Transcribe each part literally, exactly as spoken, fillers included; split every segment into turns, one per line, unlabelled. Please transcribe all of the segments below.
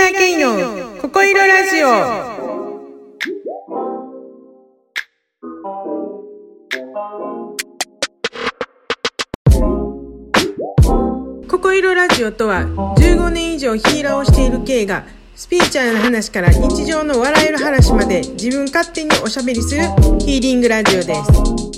ラーケイのココイロラジオ。ココイロラジオとはじゅうごねん以上ヒーラーをしている K がスピリチュアルな話から日常の笑える話まで自分勝手におしゃべりするヒーリングラジオです。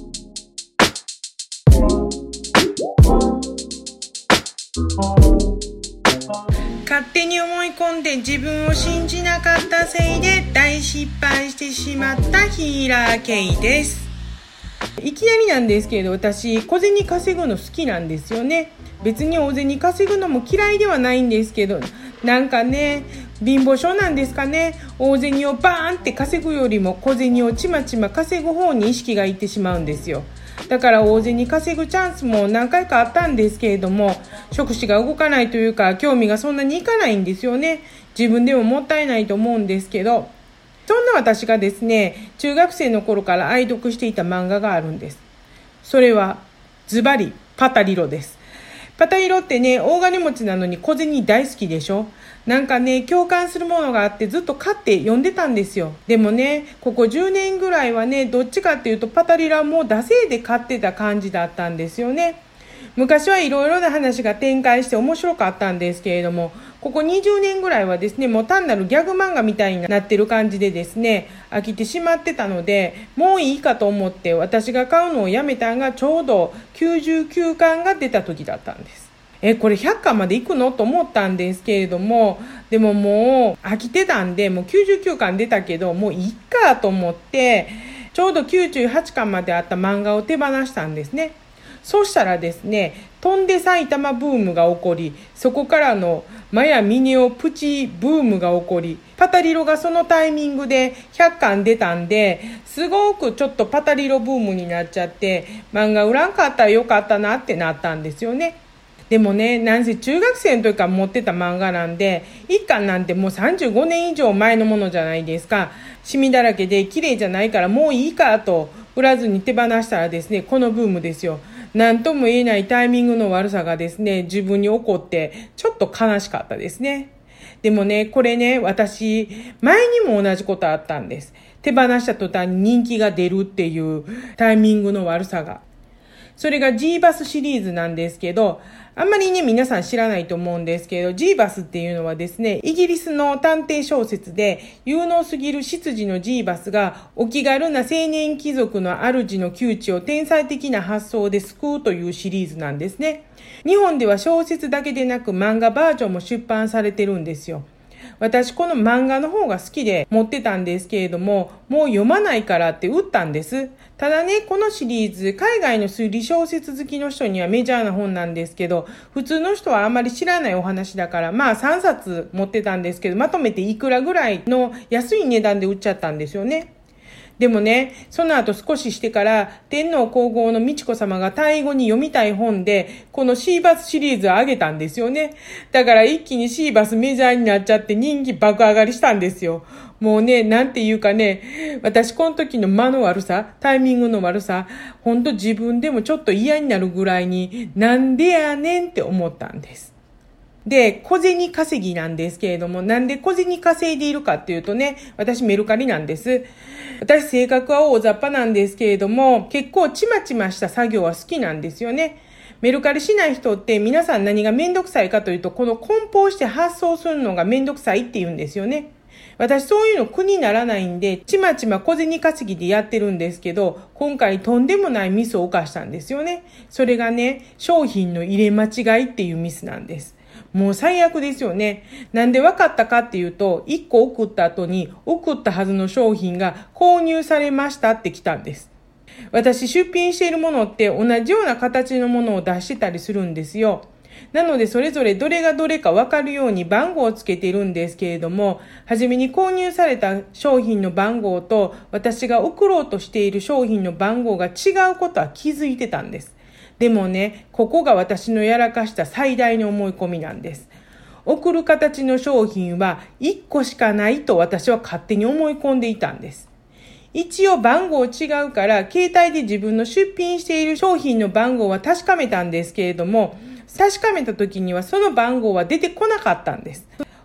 勝手に思い込んで自分を信じなかったせいで大失敗してしまったヒーラー K です。いきなりなんですけれど、私小銭稼ぐの好きなんですよね。別に大銭稼ぐのも嫌いではないんですけど、なんかね、貧乏症なんですかね。大銭をバーンって稼ぐよりも小銭をちまちま稼ぐ方に意識がいってしまうんですよ。だから大銭稼ぐチャンスも何回かあったんですけれども、触手が動かないというか興味がそんなにいかないんですよね。自分でももったいないと思うんですけど、そんな私がですね、中学生の頃から愛読していた漫画があるんです。それはズバリパタリロです。パタリロってね、大金持ちなのに小銭大好きでしょ。なんかね、共感するものがあってずっと買って読んでたんですよ。でもね、ここじゅうねんぐらいはね、どっちかっていうとパタリロはもう惰性で買ってた感じだったんですよね。昔はいろいろな話が展開して面白かったんですけれども、ここにじゅうねんぐらいはですね、もう単なるギャグ漫画みたいになってる感じでですね、飽きてしまってたので、もういいかと思って私が買うのをやめたんがちょうどきゅうじゅうきゅうかんが出た時だったんです。え、これひゃっかんまで行くのと思ったんですけれども、でももう飽きてたんで、もうきゅうじゅうきゅうかん出たけど、もういいかと思って、ちょうどきゅうじゅうはちかんまであった漫画を手放したんですね。そしたらですね、飛んで埼玉ブームが起こり、そこからのマヤミネオプチブームが起こり、パタリロがそのタイミングでひゃっかん出たんで、すごくちょっとパタリロブームになっちゃって、漫画売らんかったらよかったなってなったんですよね。でもね、なんせ中学生の時から持ってた漫画なんで、一巻なんてもうさんじゅうごねん以上前のものじゃないですか。シミだらけで綺麗じゃないからもういいかと売らずに手放したらですね、このブームですよ。なんとも言えないタイミングの悪さがですね、自分に起こってちょっと悲しかったですね。でもね、これね、私前にも同じことあったんです。手放した途端に人気が出るっていうタイミングの悪さが。それが G バスシリーズなんですけど、あんまりね、皆さん知らないと思うんですけど、G バスっていうのはですね、イギリスの探偵小説で、有能すぎる執事の G バスが、お気軽な青年貴族の主の窮地を天才的な発想で救うというシリーズなんですね。日本では小説だけでなく漫画バージョンも出版されてるんですよ。私この漫画の方が好きで持ってたんですけれども、もう読まないからって売ったんです。ただね、このシリーズ、海外の推理小説好きの人にはメジャーな本なんですけど、普通の人はあんまり知らないお話だから、まあさんさつ持ってたんですけど、まとめていくらぐらいの安い値段で売っちゃったんですよね。でもね、その後少ししてから天皇皇后の美智子様が退位後に読みたい本でこのシーバスシリーズを上げたんですよね。だから一気にシーバスメジャーになっちゃって人気爆上がりしたんですよ。もうね、なんていうかね、私この時の間の悪さ、タイミングの悪さ、ほんと自分でもちょっと嫌になるぐらいになんでやねんって思ったんです。で、小銭稼ぎなんですけれども、なんで小銭稼いでいるかっていうとね、私メルカリなんです。私性格は大雑把なんですけれども、結構ちまちました作業は好きなんですよね。メルカリしない人って皆さん何がめんどくさいかというと、この梱包して発送するのがめんどくさいって言うんですよね。私そういうの苦にならないんで、ちまちま小銭稼ぎでやってるんですけど、今回とんでもないミスを犯したんですよね。それがね、商品の入れ間違いっていうミスなんです。もう最悪ですよね。なんで分かったかっていうと、いっこ送った後に送ったはずの商品が購入されましたって来たんです。私出品しているものって同じような形のものを出してたりするんですよ。なのでそれぞれどれがどれか分かるように番号をつけているんですけれども、はじめに購入された商品の番号と私が送ろうとしている商品の番号が違うことは気づいてたんです。でもね、ここが私のやらかした最大の思い込みなんです。送る形の商品はいっこしかないと私は勝手に思い込んでいたんです。一応番号違うから携帯で自分の出品している商品の番号は確かめたんですけれども、確かめた時にはその番号は出てこなかったんです。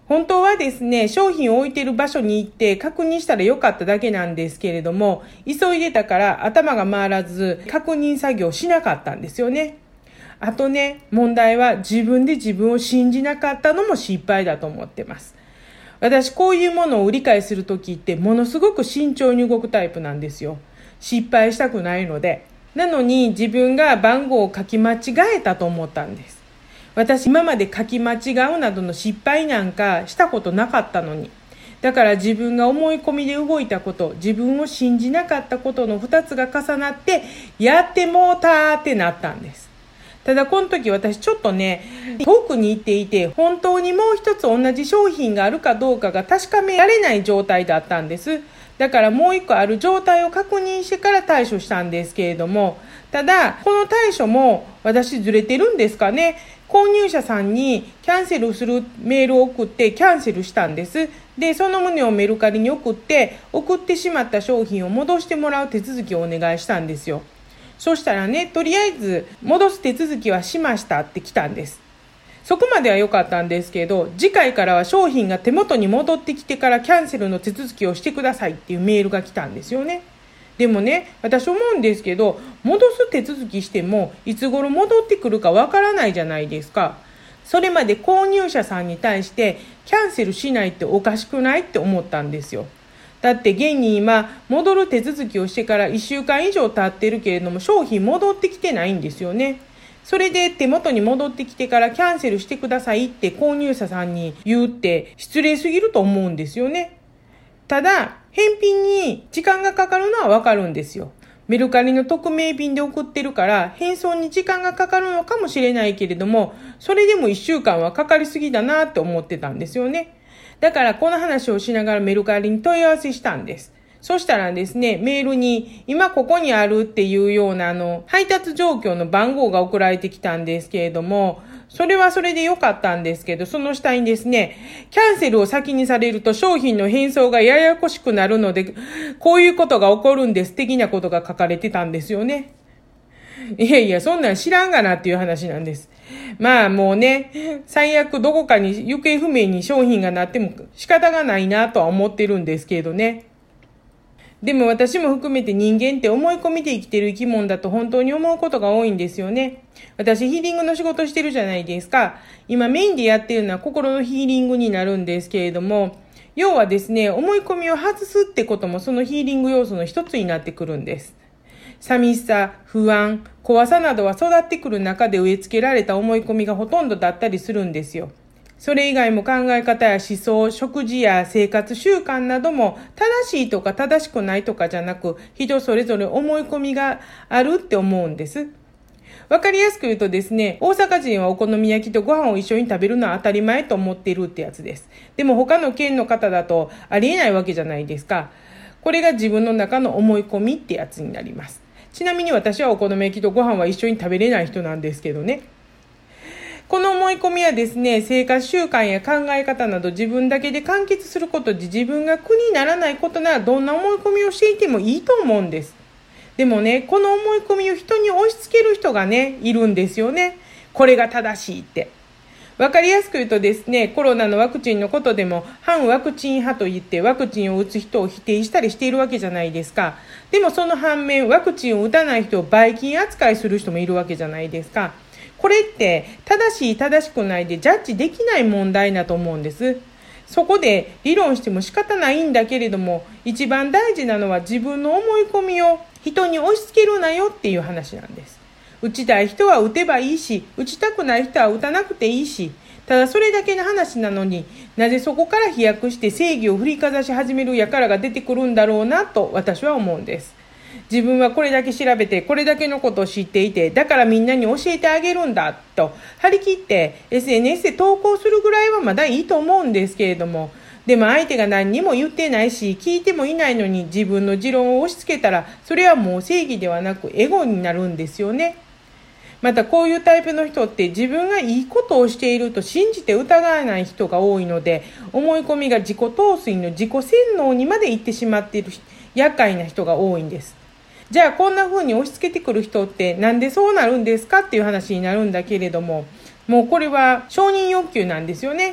本当はですね、商品を置いている場所に行って確認したらよかっただけなんですけれども、急いでたから頭が回らず確認作業しなかったんですよね。あとね、問題は自分で自分を信じなかったのも失敗だと思ってます。私こういうものを理解するときってものすごく慎重に動くタイプなんですよ。失敗したくないので。なのに自分が番号を書き間違えたと思ったんです。私今まで書き間違うなどの失敗なんかしたことなかったのに。だから自分が思い込みで動いたこと、自分を信じなかったことの二つが重なって、やってもうたーってなったんです。ただこの時私ちょっとね、遠くに行っていて、本当にもう一つ同じ商品があるかどうかが確かめられない状態だったんです。だからもう一個ある状態を確認してから対処したんですけれども、ただこの対処も私ずれてるんですかね。購入者さんにキャンセルするメールを送ってキャンセルしたんです。で、その旨をメルカリに送って、送ってしまった商品を戻してもらう手続きをお願いしたんですよ。そしたらね、とりあえず戻す手続きはしましたって来たんです。そこまでは良かったんですけど、次回からは商品が手元に戻ってきてからキャンセルの手続きをしてくださいっていうメールが来たんですよね。でもね、私思うんですけど、戻す手続きしてもいつ頃戻ってくるかわからないじゃないですか。それまで購入者さんに対してキャンセルしないっておかしくないって思ったんですよ。だって現に今戻る手続きをしてからいっしゅうかん以上経ってるけれども商品戻ってきてないんですよね。それで手元に戻ってきてからキャンセルしてくださいって購入者さんに言うって失礼すぎると思うんですよね。ただ返品に時間がかかるのはわかるんですよ。メルカリの匿名便で送ってるから返送に時間がかかるのかもしれないけれども、それでもいっしゅうかんはかかりすぎだなって思ってたんですよね。だからこの話をしながらメルカリに問い合わせしたんです。そしたらですね、メールに今ここにあるっていうようなあの配達状況の番号が送られてきたんですけれども、それはそれで良かったんですけど、その下にですね、キャンセルを先にされると商品の返送がややこしくなるので、こういうことが起こるんです的なことが書かれてたんですよね。いやいや、そんなん知らんがなっていう話なんです。まあもうね、最悪どこかに行方不明に商品がなっても仕方がないなとは思ってるんですけどね。でも私も含めて人間って思い込みで生きてる生き物だと本当に思うことが多いんですよね。私ヒーリングの仕事してるじゃないですか。今メインでやってるのは心のヒーリングになるんですけれども、要はですね、思い込みを外すってこともそのヒーリング要素の一つになってくるんです。寂しさ、不安、怖さなどは育ってくる中で植え付けられた思い込みがほとんどだったりするんですよ。それ以外も考え方や思想、食事や生活習慣なども正しいとか正しくないとかじゃなく、人それぞれ思い込みがあるって思うんです。わかりやすく言うとですね、大阪人はお好み焼きとご飯を一緒に食べるのは当たり前と思っているってやつです。でも他の県の方だとありえないわけじゃないですか。これが自分の中の思い込みってやつになります。ちなみに私はお好み焼きとご飯は一緒に食べれない人なんですけどね。この思い込みはですね、生活習慣や考え方など自分だけで完結することで自分が苦にならないことならどんな思い込みをしていてもいいと思うんです。でもね、この思い込みを人に押し付ける人がね、いるんですよね。これが正しいって。わかりやすく言うとですね、コロナのワクチンのことでも反ワクチン派と言ってワクチンを打つ人を否定したりしているわけじゃないですか。でもその反面、ワクチンを打たない人をばい菌扱いする人もいるわけじゃないですか。これって正しい正しくないでジャッジできない問題だと思うんです。そこで理論しても仕方ないんだけれども、一番大事なのは自分の思い込みを人に押し付けるなよっていう話なんです。打ちたい人は打てばいいし、打ちたくない人は打たなくていいし、ただそれだけの話なのに、なぜそこから飛躍して正義を振りかざし始める輩が出てくるんだろうなと私は思うんです。自分はこれだけ調べてこれだけのことを知っていて、だからみんなに教えてあげるんだと張り切って エスエヌエス で投稿するぐらいはまだいいと思うんですけれども、でも相手が何にも言ってないし聞いてもいないのに自分の持論を押し付けたら、それはもう正義ではなくエゴになるんですよね。またこういうタイプの人って自分がいいことをしていると信じて疑わない人が多いので、思い込みが自己陶酔の自己洗脳にまで行ってしまっている厄介な人が多いんです。じゃあこんな風に押し付けてくる人ってなんでそうなるんですかっていう話になるんだけれども、もうこれは承認欲求なんですよね。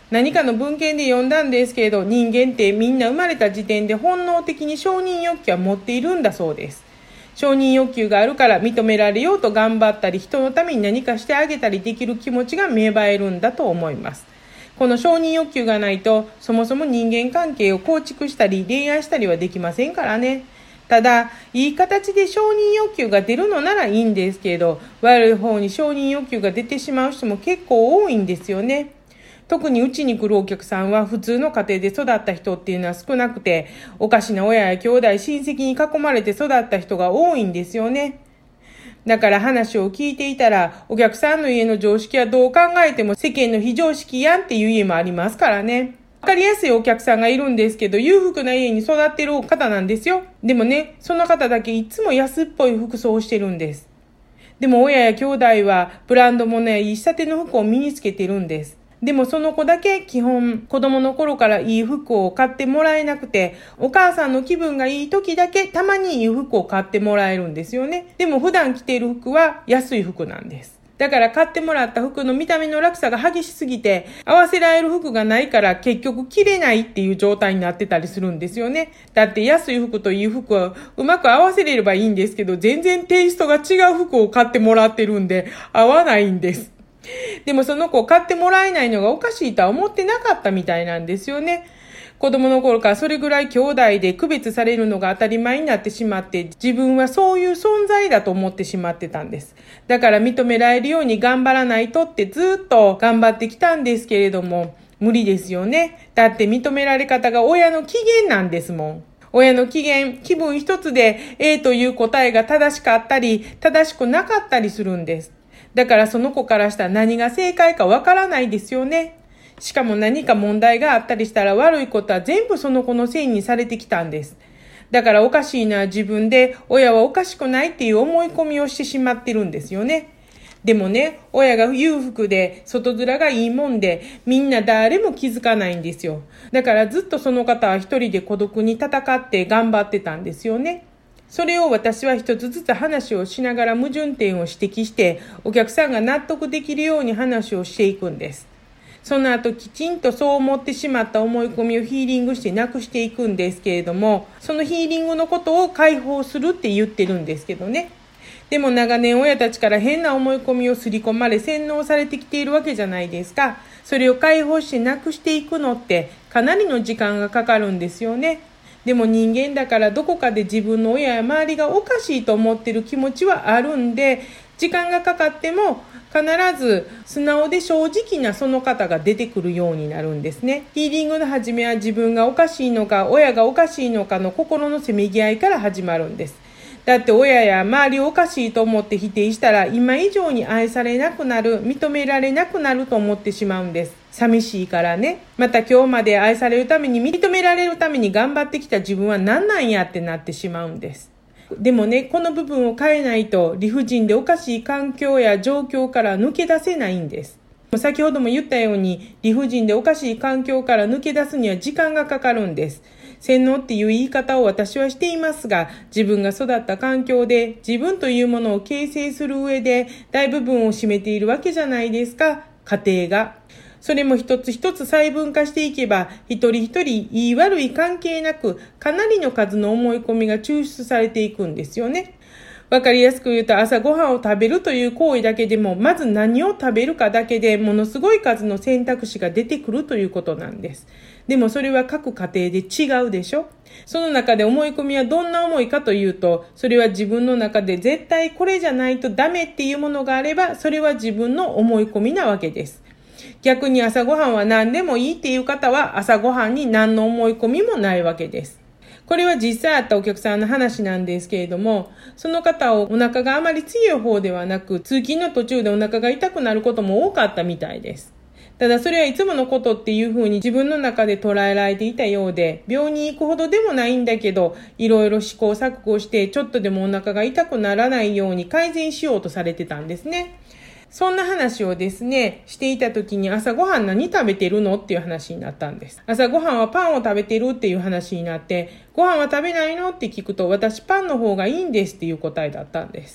何かの文献で読んだんですけれど、人間ってみんな生まれた時点で本能的に承認欲求は持っているんだそうです。承認欲求があるから認められようと頑張ったり、人のために何かしてあげたりできる気持ちが芽生えるんだと思います。この承認欲求がないと、そもそも人間関係を構築したり恋愛したりはできませんからね。ただ、いい形で承認欲求が出るのならいいんですけど、悪い方に承認欲求が出てしまう人も結構多いんですよね。特にうちに来るお客さんは普通の家庭で育った人っていうのは少なくて、おかしな親や兄弟、親戚に囲まれて育った人が多いんですよね。だから話を聞いていたら、お客さんの家の常識はどう考えても世間の非常識やんっていう家もありますからね。わかりやすいお客さんがいるんですけど、裕福な家に育ってる方なんですよ。でもね、その方だけいつも安っぽい服装をしてるんです。でも親や兄弟はブランド物やいい仕立ての服を身につけてるんです。でもその子だけ基本子供の頃からいい服を買ってもらえなくて、お母さんの気分がいい時だけたまにいい服を買ってもらえるんですよね。でも普段着ている服は安い服なんです。だから買ってもらった服の見た目の落差が激しすぎて、合わせられる服がないから結局着れないっていう状態になってたりするんですよね。だって安い服といい服はうまく合わせれればいいんですけど、全然テイストが違う服を買ってもらってるんで合わないんです。でもその子を買ってもらえないのがおかしいとは思ってなかったみたいなんですよね。子供の頃からそれぐらい兄弟で区別されるのが当たり前になってしまって、自分はそういう存在だと思ってしまってたんです。だから認められるように頑張らないとってずっと頑張ってきたんですけれども、無理ですよね。だって認められ方が親の機嫌なんですもん。親の機嫌、気分一つで A という答えが正しかったり、正しくなかったりするんです。だからその子からしたら何が正解かわからないですよね。しかも何か問題があったりしたら悪いことは全部その子のせいにされてきたんです。だからおかしいのは自分で、親はおかしくないっていう思い込みをしてしまってるんですよね。でもね、親が裕福で外面がいいもんで、みんな誰も気づかないんですよ。だからずっとその方は一人で孤独に戦って頑張ってたんですよね。それを私は一つずつ話をしながら矛盾点を指摘して、お客さんが納得できるように話をしていくんです。その後きちんとそう思ってしまった思い込みをヒーリングしてなくしていくんですけれども、そのヒーリングのことを解放するって言ってるんですけどね。でも長年親たちから変な思い込みを刷り込まれ洗脳されてきているわけじゃないですか。それを解放してなくしていくのってかなりの時間がかかるんですよね。でも人間だからどこかで自分の親や周りがおかしいと思ってる気持ちはあるんで、時間がかかっても必ず素直で正直なその方が出てくるようになるんですね。ヒーリングの始めは自分がおかしいのか親がおかしいのかの心のせめぎ合いから始まるんです。だって親や周りをおかしいと思って否定したら今以上に愛されなくなる、認められなくなると思ってしまうんです。寂しいからね。また今日まで愛されるために認められるために頑張ってきた自分は何なんやってなってしまうんです。でもね、この部分を変えないと理不尽でおかしい環境や状況から抜け出せないんです。先ほども言ったように理不尽でおかしい環境から抜け出すには時間がかかるんです。洗脳っていう言い方を私はしていますが、自分が育った環境で自分というものを形成する上で大部分を占めているわけじゃないですか、家庭が。それも一つ一つ細分化していけば、一人一人言い悪い関係なく、かなりの数の思い込みが抽出されていくんですよね。わかりやすく言うと、朝ごはんを食べるという行為だけでも、まず何を食べるかだけでものすごい数の選択肢が出てくるということなんです。でもそれは各家庭で違うでしょ。その中で思い込みはどんな思いかというと、それは自分の中で絶対これじゃないとダメっていうものがあれば、それは自分の思い込みなわけです。逆に朝ごはんは何でもいいっていう方は朝ごはんに何の思い込みもないわけです。これは実際あったお客さんの話なんですけれども、その方をお腹があまり強い方ではなく、通勤の途中でお腹が痛くなることも多かったみたいです。ただそれはいつものことっていうふうに自分の中で捉えられていたようで、病院に行くほどでもないんだけど、いろいろ試行錯誤してちょっとでもお腹が痛くならないように改善しようとされてたんですね。そんな話をですね、していた時に朝ごはん何食べてるのっていう話になったんです。朝ごはんはパンを食べてるっていう話になって、ご飯は食べないのって聞くと、私パンの方がいいんですっていう答えだったんです。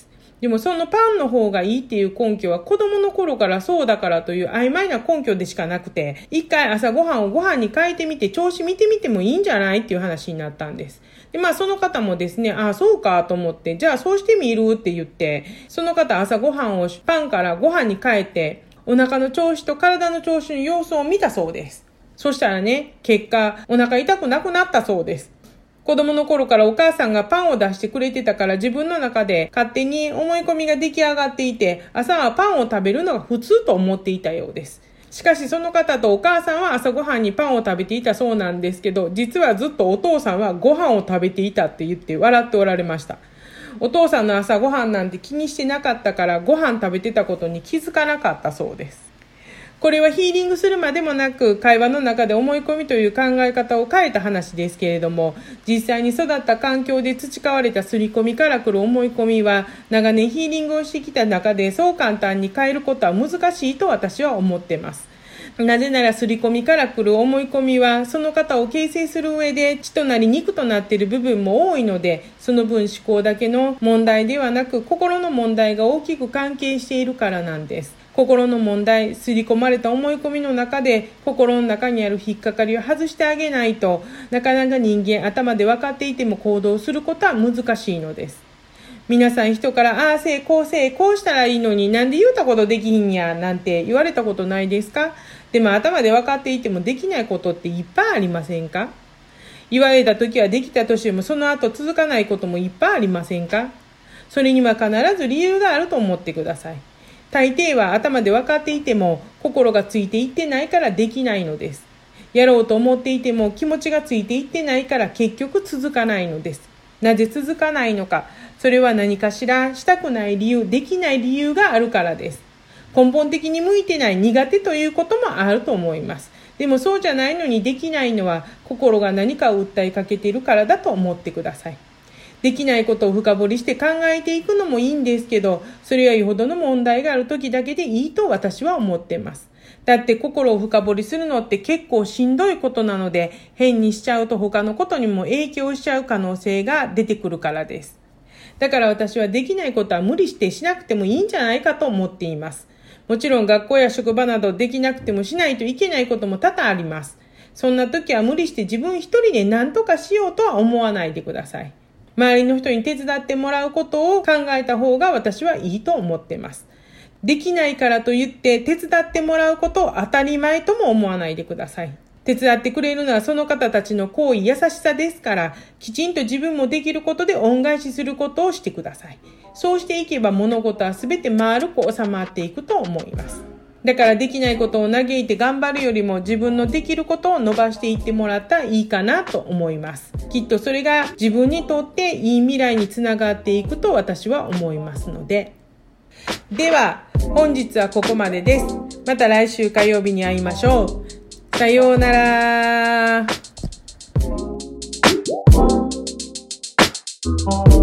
でもそのパンの方がいいっていう根拠は子供の頃からそうだからという曖昧な根拠でしかなくて、一回朝ごはんをご飯に変えてみて調子見てみてもいいんじゃないっていう話になったんです。で、まあその方もですね、ああそうかと思って、じゃあそうしてみるって言って、その方朝ごはんをパンからご飯に変えて、お腹の調子と体の調子の様子を見たそうです。そしたらね、結果お腹痛くなくなったそうです。子供の頃からお母さんがパンを出してくれてたから自分の中で勝手に思い込みが出来上がっていて、朝はパンを食べるのが普通と思っていたようです。しかしその方とお母さんは朝ごはんにパンを食べていたそうなんですけど、実はずっとお父さんはご飯を食べていたって言って笑っておられました。お父さんの朝ごはんなんて気にしてなかったからご飯食べてたことに気づかなかったそうです。これはヒーリングするまでもなく会話の中で思い込みという考え方を変えた話ですけれども、実際に育った環境で培われた刷り込みから来る思い込みは長年ヒーリングをしてきた中でそう簡単に変えることは難しいと私は思っています。なぜなら刷り込みから来る思い込みはその方を形成する上で血となり肉となっている部分も多いので、その分思考だけの問題ではなく心の問題が大きく関係しているからなんです。心の問題、刷り込まれた思い込みの中で心の中にある引っかかりを外してあげないと、なかなか人間頭で分かっていても行動することは難しいのです。皆さん人からああせいこうせいこうしたらいいのになんで言うたことできひんやなんて言われたことないですか？でも頭で分かっていてもできないことっていっぱいありませんか？言われた時はできたとしてもその後続かないこともいっぱいありませんか？それには必ず理由があると思ってください。大抵は頭で分かっていても心がついていってないからできないのです。やろうと思っていても気持ちがついていってないから結局続かないのです。なぜ続かないのか、それは何かしらしたくない理由、できない理由があるからです。根本的に向いてない苦手ということもあると思います。でもそうじゃないのにできないのは心が何かを訴えかけているからだと思ってください。できないことを深掘りして考えていくのもいいんですけど、それはよほどの問題がある時だけでいいと私は思っています。だって心を深掘りするのって結構しんどいことなので、変にしちゃうと他のことにも影響しちゃう可能性が出てくるからです。だから私はできないことは無理してしなくてもいいんじゃないかと思っています。もちろん学校や職場などできなくてもしないといけないことも多々あります。そんな時は無理して自分一人で何とかしようとは思わないでください。周りの人に手伝ってもらうことを考えた方が私はいいと思っています。できないからと言って手伝ってもらうことを当たり前とも思わないでください。手伝ってくれるのはその方たちの行為、優しさですから、きちんと自分もできることで恩返しすることをしてください。そうしていけば物事はすべて丸く収まっていくと思います。だからできないことを嘆いて頑張るよりも自分のできることを伸ばしていってもらったらいいかなと思います。きっとそれが自分にとっていい未来につながっていくと私は思いますので。では本日はここまでです。また来週火曜日に会いましょう。さようなら。